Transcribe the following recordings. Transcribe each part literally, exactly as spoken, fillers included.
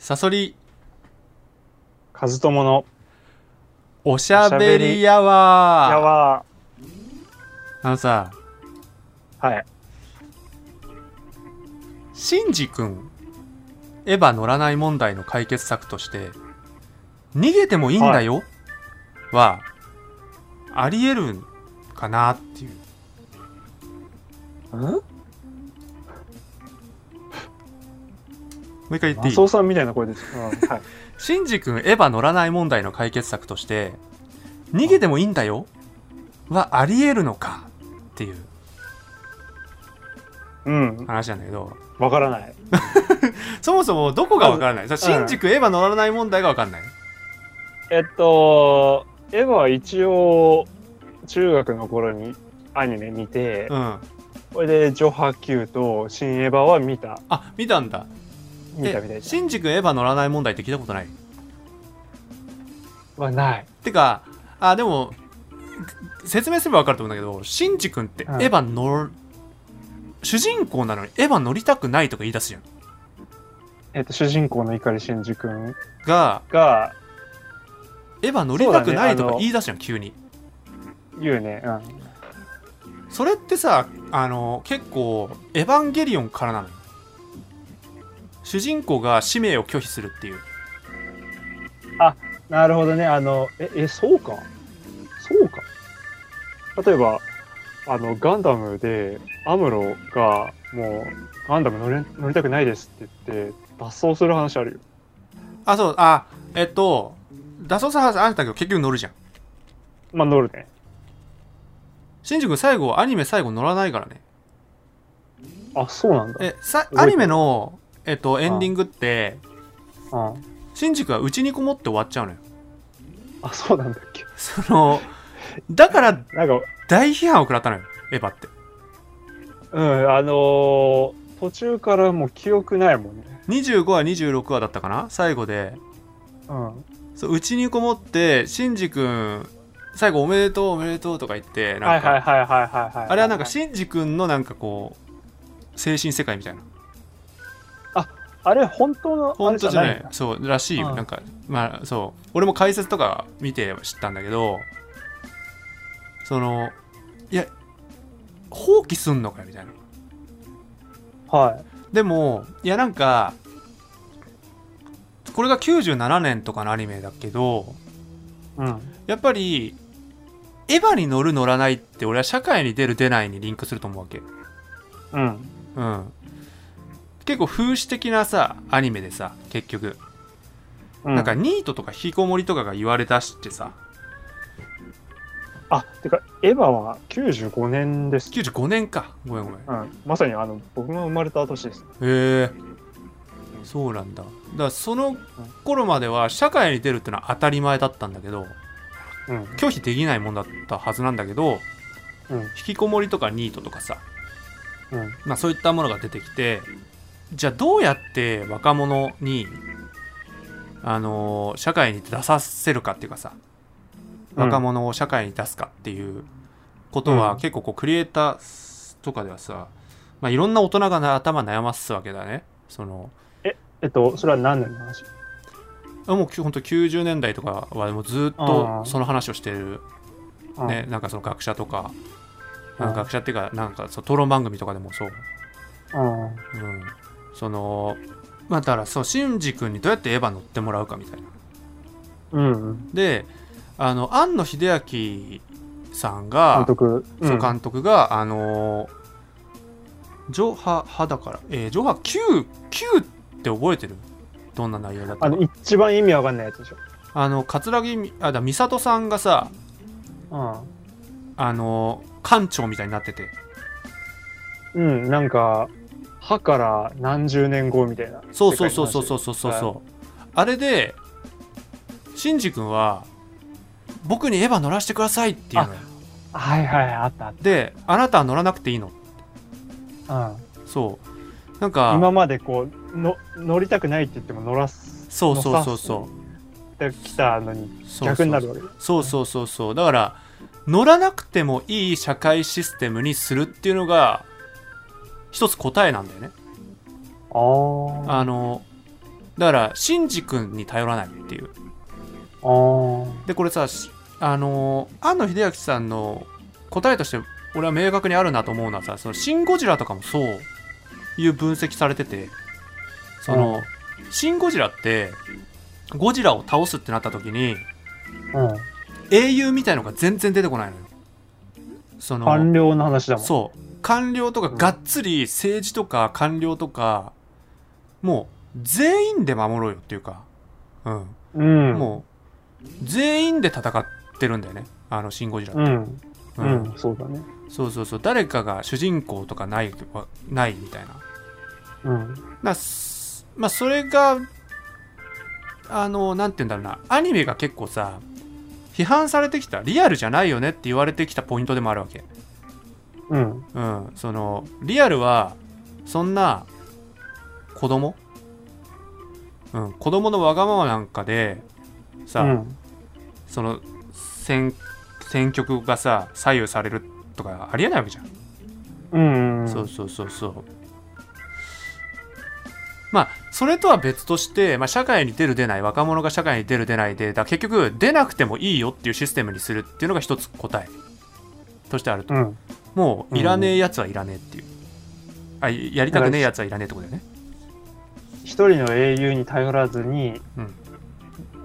サソリカズトモのおしゃべりややわわあのさ、 ー。はい。 シンジ君エヴァ乗らない問題の解決策として逃げてもいいんだよはありえるんかなっていう。 んもう一回言っていい？ マソさんみたいな声です。うん、はい。 シンジ君エヴァ乗らない問題の解決策として逃げてもいいんだよはありえるのかっていううん。 話なんだけど、 わからない。 そもそもどこがわからない？ ずシンジ君エヴァ乗らない問題がわかんない。 えっと、エヴァは一応、中学の頃にアニメ見て、 うん。 これで、ジョハ Q と新エヴァは見た。 あ、見たんだ。 見たみたいです。 シンジ君エヴァ乗らない問題って聞いたことない？ はない。 てか、あ、でも説明すればわかると思うんだけど、シンジ君ってエヴァ乗る、主人公なのにエヴァ乗りたくないとか言い出すじゃん。 えっと、主人公の碇シンジ君がが、 エヴァ乗りたくないとそうだねか言い出すじゃん、急に。 言うね。うん。 それってさ、あの結構エヴァンゲリオンからなのよ。主人公が使命を拒否するっていう。 なるほどね。あの、え、え、そうか。そうか。例えば、あの、ガンダムで、アムロが、もう、ガンダム乗れ乗りたくないですって言って、脱走する話あるよ。 あ、そう、あ、えっと脱走さはあんたけど結局乗るじゃん。 まあ、乗るね。 シンジ君最後アニメ最後乗らないからね。 あ、そうなんだ。 えさ覚えてるアニメの、えっと、エンディングってあシンジ君は家にこもって終わっちゃうのよ。 あ、そうなんだっけ。 そのだからなんか、 大批判を食らったのよ、エヴァって。 うん、あのー途中からもう記憶ないもんね。 にじゅうごわにじゅうろくわだったかな、最後で。 うん。 そう家にこもってシンジ君最後おめでとうおめでとうとか言ってなんか、 はいはいはいはいはいはい。 あれはなんかシンジ君のなんかこう精神世界みたいな。 あれ本当のあ本れ当じゃないいじゃなんだ。 そうらしいよ。 うんなんかまあそう俺も解説とか見て知ったんだけど、そのいや放棄すんのかよみたいな。 はい。 でもいやなんかこれがきゅうじゅうななねんとかのアニメだけど、 うん。 やっぱりエヴァに乗る乗らないって俺は社会に出る出ないにリンクすると思うわけ。 うん。 うん、結構風刺的なさアニメでさ結局、 うん、 なんかニートとか引きこもりとかが言われだしてさ。 あ、てか、エヴァはきゅうじゅうごねんです。 きゅうじゅうごねんか。ごめんごめん。 うん。まさにあの、僕が生まれた年です。 へえそうなんだ。だからその頃までは社会に出るってのは当たり前だったんだけど、 うん。 拒否できないもんだったはずなんだけど、 うん。 引きこもりとかニートとかさ、 うん。 まあそういったものが出てきて、じゃあどうやって若者にあのー社会に出させるかっていうかさ、若者を社会に出すかっていうことは、 うん結構こうクリエイターとかではさ、まあ、いろんな大人がな頭悩ますわけだね。そのえっと、それは何年の話？ もうほんときゅうじゅうねんだいとかはもうずっとその話をしてる、ね、なんかその学者とか、 うん学者っていうかなんかそう討論番組とかでもそう、 うん。 うん、そのまあだからそうシンジ君にどうやってエヴァ乗ってもらうかみたいな。 うん。 であの庵野秀明さんが監督。 そう監督が、あのー、ジョハハだから、えー、ジョハきゅう、きゅうって覚えてる？どんな内容だったか。 あの、一番意味わかんないやつでしょ。 あの桂木みあだ美里さんがさ、 うん。 あのー、館長みたいになってて、 うん、なんか、歯から何十年後みたいな。 そうそうそうそうそうそうそうそう、あれでシンジ君は僕にエヴァ乗らせてくださいっていうのよ。 はいはい、あったあっであなたは乗らなくていいの。 た。うん。 そうなんか今までこうの乗りたくないって言っても乗らすそうそうそうそうってきたのにそう逆になるわけ。 そうそうそうそうだから乗らなくてもいい社会システムにするっていうのが一つ答えなんだよね。 ああ。 あのだからシンジ君に頼らないっていう。 あーでこれさ、あのー、庵野秀明さんの答えとして俺は明確にあるなと思うのはさ、そのシン・ゴジラとかもそういう分析されてて、その、うん、シン・ゴジラってゴジラを倒すってなった時に、うん、英雄みたいのが全然出てこないのよ。その官僚の話だもん。 そう官僚とかがっつり政治とか官僚とか、うん、もう全員で守ろうよっていうか、うんうん、もう全員で戦ってるんだよね、あのシン・ゴジラって。うんうん、うん、そうだね。 そうそうそう、誰かが主人公とかないないみたいな。うん。なまあそれがあのなんて言うんだろうな、アニメが結構さ批判されてきた、リアルじゃないよねって言われてきたポイントでもあるわけ。うん。うん。そのリアルはそんな子供、うん、子供のわがままなんかでさ、うん、その選選曲がさ左右されるとかありえないわけじゃん。うん、うん、そうそうそうそう。まあそれとは別として、まあ、社会に出る出ない、若者が社会に出る出ないで、だ結局出なくてもいいよっていうシステムにするっていうのが一つ答えとしてあると、うん、もういらねえやつはいらねえっていう、あやりたくねえやつはいらねえってことだよね。 一人の英雄に頼らずに、うん、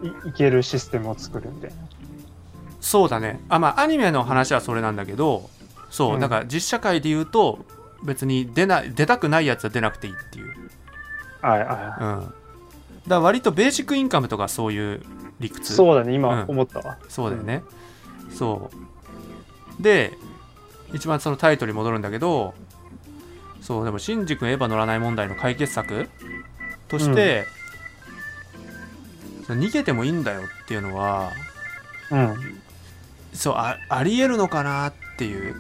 い, いけるシステムを作るんで。 そうだね。あ、まあアニメの話はそれなんだけど、そう、うん、だから実社会で言うと別に出な出たくないやつは出なくていいっていう。 はいはいはい。うん。だから割とベーシックインカムとかそういう理屈。 そうだね、今思ったわ。 うん、そうだよね。うん、そう。で、一番そのタイトルに戻るんだけど、そうでもシンジ君エヴァ乗らない問題の解決策として、うん、逃げてもいいんだよっていうのは、うん。そう あ, ありえるのかなっていう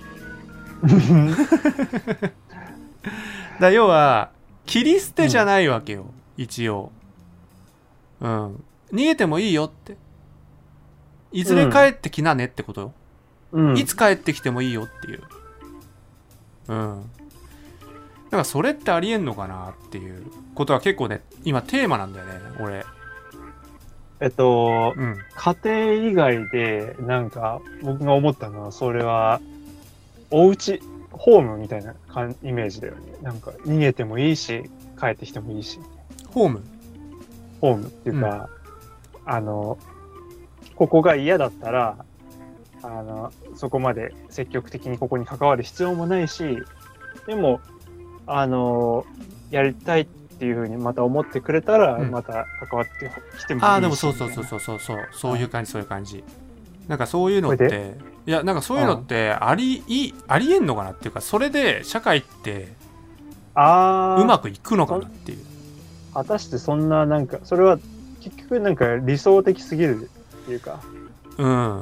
だ要は切り捨てじゃないわけよ、うん、一応、うん、逃げてもいいよって、いずれ帰ってきなねってことよ、うん、いつ帰ってきてもいいよっていう、うん、だからそれってありえんのかなっていうことは結構ね今テーマなんだよね俺。 えっと、うん、家庭以外でなんか僕が思ったのは、それはお家ホームみたいなイメージだよね。なんか逃げてもいいし帰ってきてもいいし。 ホームホームっていうか、うん、あのここが嫌だったらあのそこまで積極的にここに関わる必要もないし、でもあのやりたいっていう風にまた思ってくれたら、うん、また関わってきてもいいし。 ああでもそうそうそうそうそうそうそういう感じ、そういう感じ。なんかそういうのっていやなんかそういうのってありいありえんのかなっていうか、それで社会ってあうまくいくのかなっていう。 果たしてそんななんかそれは結局なんか理想的すぎるっていうか、うんうん、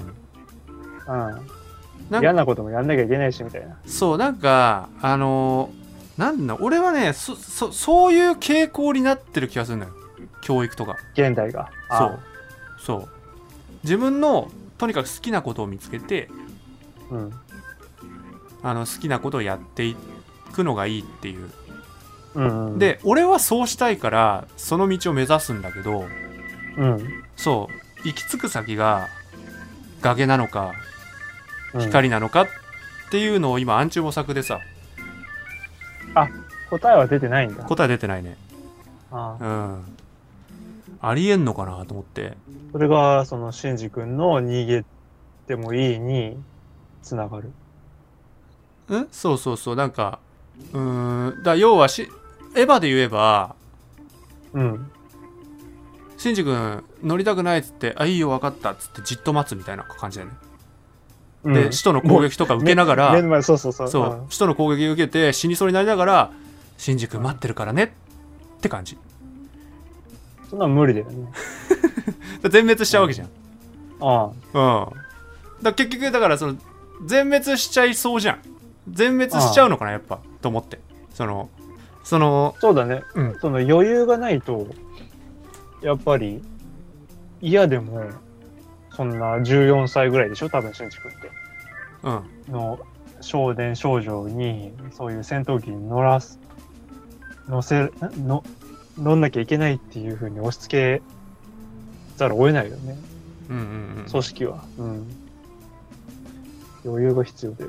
嫌なこともやんなきゃいけないしみたいな。 そうなんかあのーなんだ俺はね そ, そ, そういう傾向になってる気がするんだよ、教育とか現代が。 そうそう自分のとにかく好きなことを見つけて、うん、あの好きなことをやっていくのがいいっていう、うんうん、で俺はそうしたいからその道を目指すんだけど、うん、そう行き着く先が崖なのか光なのかっていうのを今暗中模索でさ。 あ、答えは出てないんだ。 答え出てないね。ああ、うん。ありえんのかなと思って。 それがそのシンジ君の逃げてもいいにつながる。 ん？そうそうそう、なんかうーんだ要はしエヴァで言えば、うん。シンジ君乗りたくないっつってあいいよ分かったっつってじっと待つみたいな感じだよね。で、使徒の攻撃とか受けながら、 ね、そうそうそう、 そう、使徒の攻撃を受けて死にそうになりながら、シンジ君待ってるからねって感じ。 そんな無理だよね。 全滅しちゃうわけじゃん。 ああ、うん。だ結局だからその全滅しちゃいそうじゃん。全滅しちゃうのかなやっぱと思って。そのそのそうだね。うん、その余裕がないとやっぱり嫌でも。そんなじゅうよんさいぐらいでしょ多分シンジ君って、うん、の少年少女にそういう戦闘機に乗らす乗せの乗んなきゃいけないっていうふうに押し付けざるを得ないよね、 うんうんうん、 組織は。うん。余裕が必要だよ。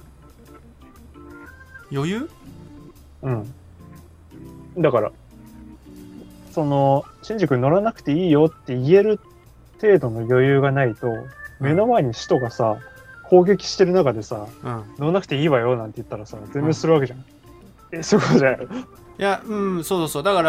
余裕？ うん。だから、その、シンジ君乗らなくていいよって言える程度の余裕がないと、目の前に使徒がさ、攻撃してる中でさ、 うん、 乗らなくていいわよなんて言ったらさ、全滅するわけじゃん。うん、え、そういうことじゃないの？ いや、うん、そうそうそう。だから、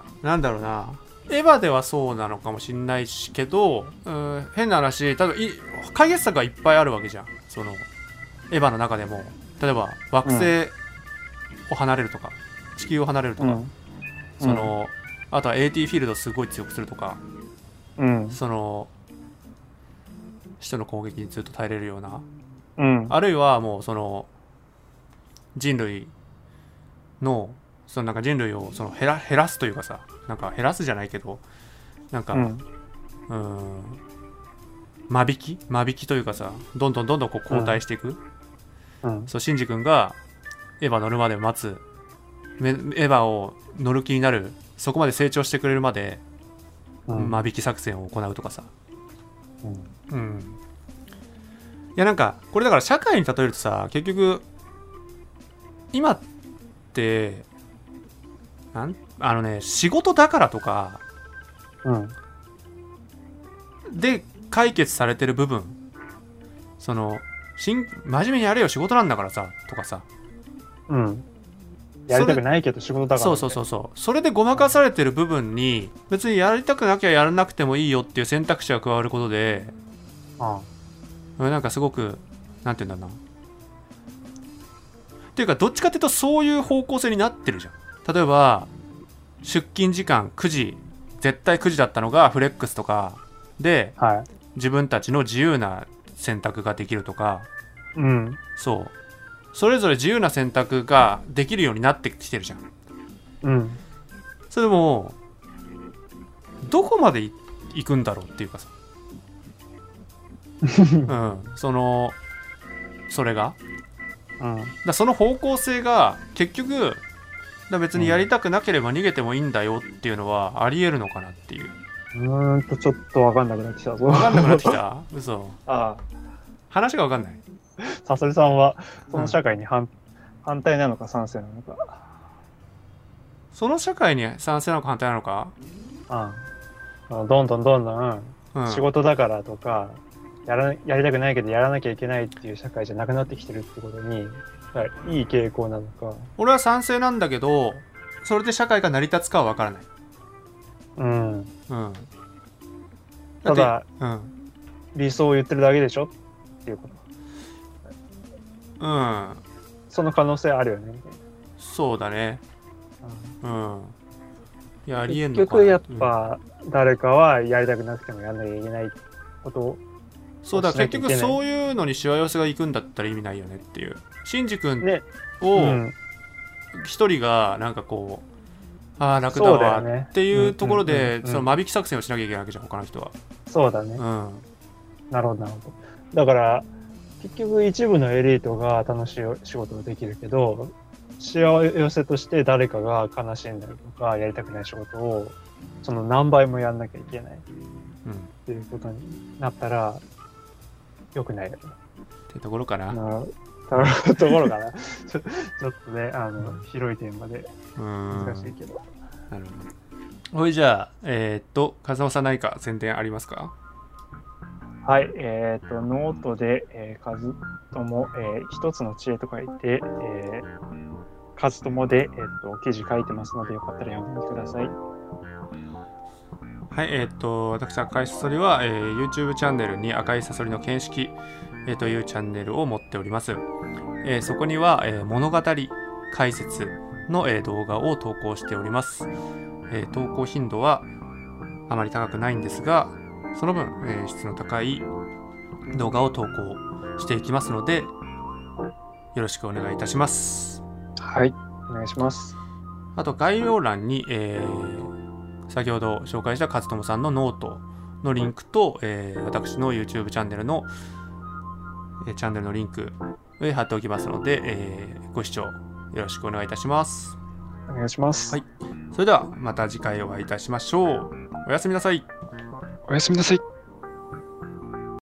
なんだろうな。エヴァではそうなのかもしんないしけど、うん、変な話、多分い解決策がいっぱいあるわけじゃん。その、エヴァの中でも、例えば惑星を離れるとか、うん、地球を離れるとか、うん、その、うん、あとは エーティー フィールドをすごい強くするとか、うん、その、人の攻撃にずっと耐えれるような、うん、あるいはもうその、人類の、そのなんか人類をその減ら、減らすというかさ、なんか減らすじゃないけど、なんか、うん、うーん間引き間引きというかさ、どんどんどんどんこう後退していく、うんうん、そう、シンジ君がエヴァ乗るまで待つ、エヴァを乗る気になる、そこまで成長してくれるまで、うん、間引き作戦を行うとかさ、うん、うん、いやなんかこれだから社会に例えるとさ、結局今ってなんあのね、仕事だからとか、うん、で解決されてる部分、そのしん真面目にやれよ仕事なんだからさとかさ、うん、 やりたくないけど仕事だから、ね、 そうそうそうそう、それでごまかされてる部分に別にやりたくなきゃやらなくてもいいよっていう選択肢が加わることで、ああ、なんかすごくなんていうんだろうな、っていうかどっちかっていうとそういう方向性になってるじゃん。例えば出勤時間くじ、絶対くじだったのがフレックスとかで、はい、自分たちの自由な選択ができるとか、うん、そう、それぞれ自由な選択ができるようになってきてるじゃん。うん。それでもどこまで行くんだろうっていうかさ、うん、そのそれが、うん、だその方向性が結局だ別にやりたくなければ逃げてもいいんだよっていうのはありえるのかなっていう。 うーんとちょっと分かんなくなってきたぞ。 分かんなくなってきた嘘。ああ、話が分かんない。 サソリさんはその社会に反、うん、反対なのか賛成なのか。 その社会に賛成なのか反対なのか。 うん、どんどんどんどん仕事だからとか、うん、やらやりたくないけどやらなきゃいけないっていう社会じゃなくなってきてるってことに、はい、いい傾向なのか。 俺は賛成なんだけど、それで社会が成り立つかは分からない。うん、うん、 ただ、うん、理想を言ってるだけでしょっていうこと。うん、その可能性あるよね。 そうだね。うん、うん、いやありえんのかな。結局やっぱ、うん、誰かはやりたくなくてもやんなきゃいけないことを。 そうだ、結局そういうのにしわ寄せがいくんだったら意味ないよねっていう。シンジ君を一人がなんかこう、ああ楽だわっていうところでその間引き作戦をしなきゃいけないわけじゃん、他の人は。 そうだね、うん、なるほどなるほど。だから結局一部のエリートが楽しい仕事ができるけど、しわ寄せとして誰かが悲しんだりとかやりたくない仕事をその何倍もやんなきゃいけない、うん、っていうことになったら良くないよねってところかな。なところかなちょ。ちょっとね、あの、うん、広いテーマで難しいけど。 なるほど。ほいじゃあ、えー、っと、風間さん何か宣伝ありますか？ はい、えー、っと、ノートで、えー、数友、えー、一つの知恵と書いて、えー、数友で、えー、っと、記事書いてますので、よかったら読んでみてください。 はい、えー、っと、私、赤いサソリは、えー、YouTube チャンネルに赤いサソリの見識、えー、というチャンネルを持っております。えー、そこには、えー、物語解説の、えー、動画を投稿しております。えー、投稿頻度はあまり高くないんですが、その分、えー、質の高い動画を投稿していきますので、よろしくお願いいたします。 はい、お願いします。 あと、概要欄に、えー先ほど紹介した勝友さんのノートのリンクと、えー、私の YouTube チャンネルの、えー、チャンネルのリンクを貼っておきますので、えー、ご視聴よろしくお願いいたします。 おお願いします。 はい。それではまた次回お会いいたしましょう。おやすみなさい。 おやすみなさい。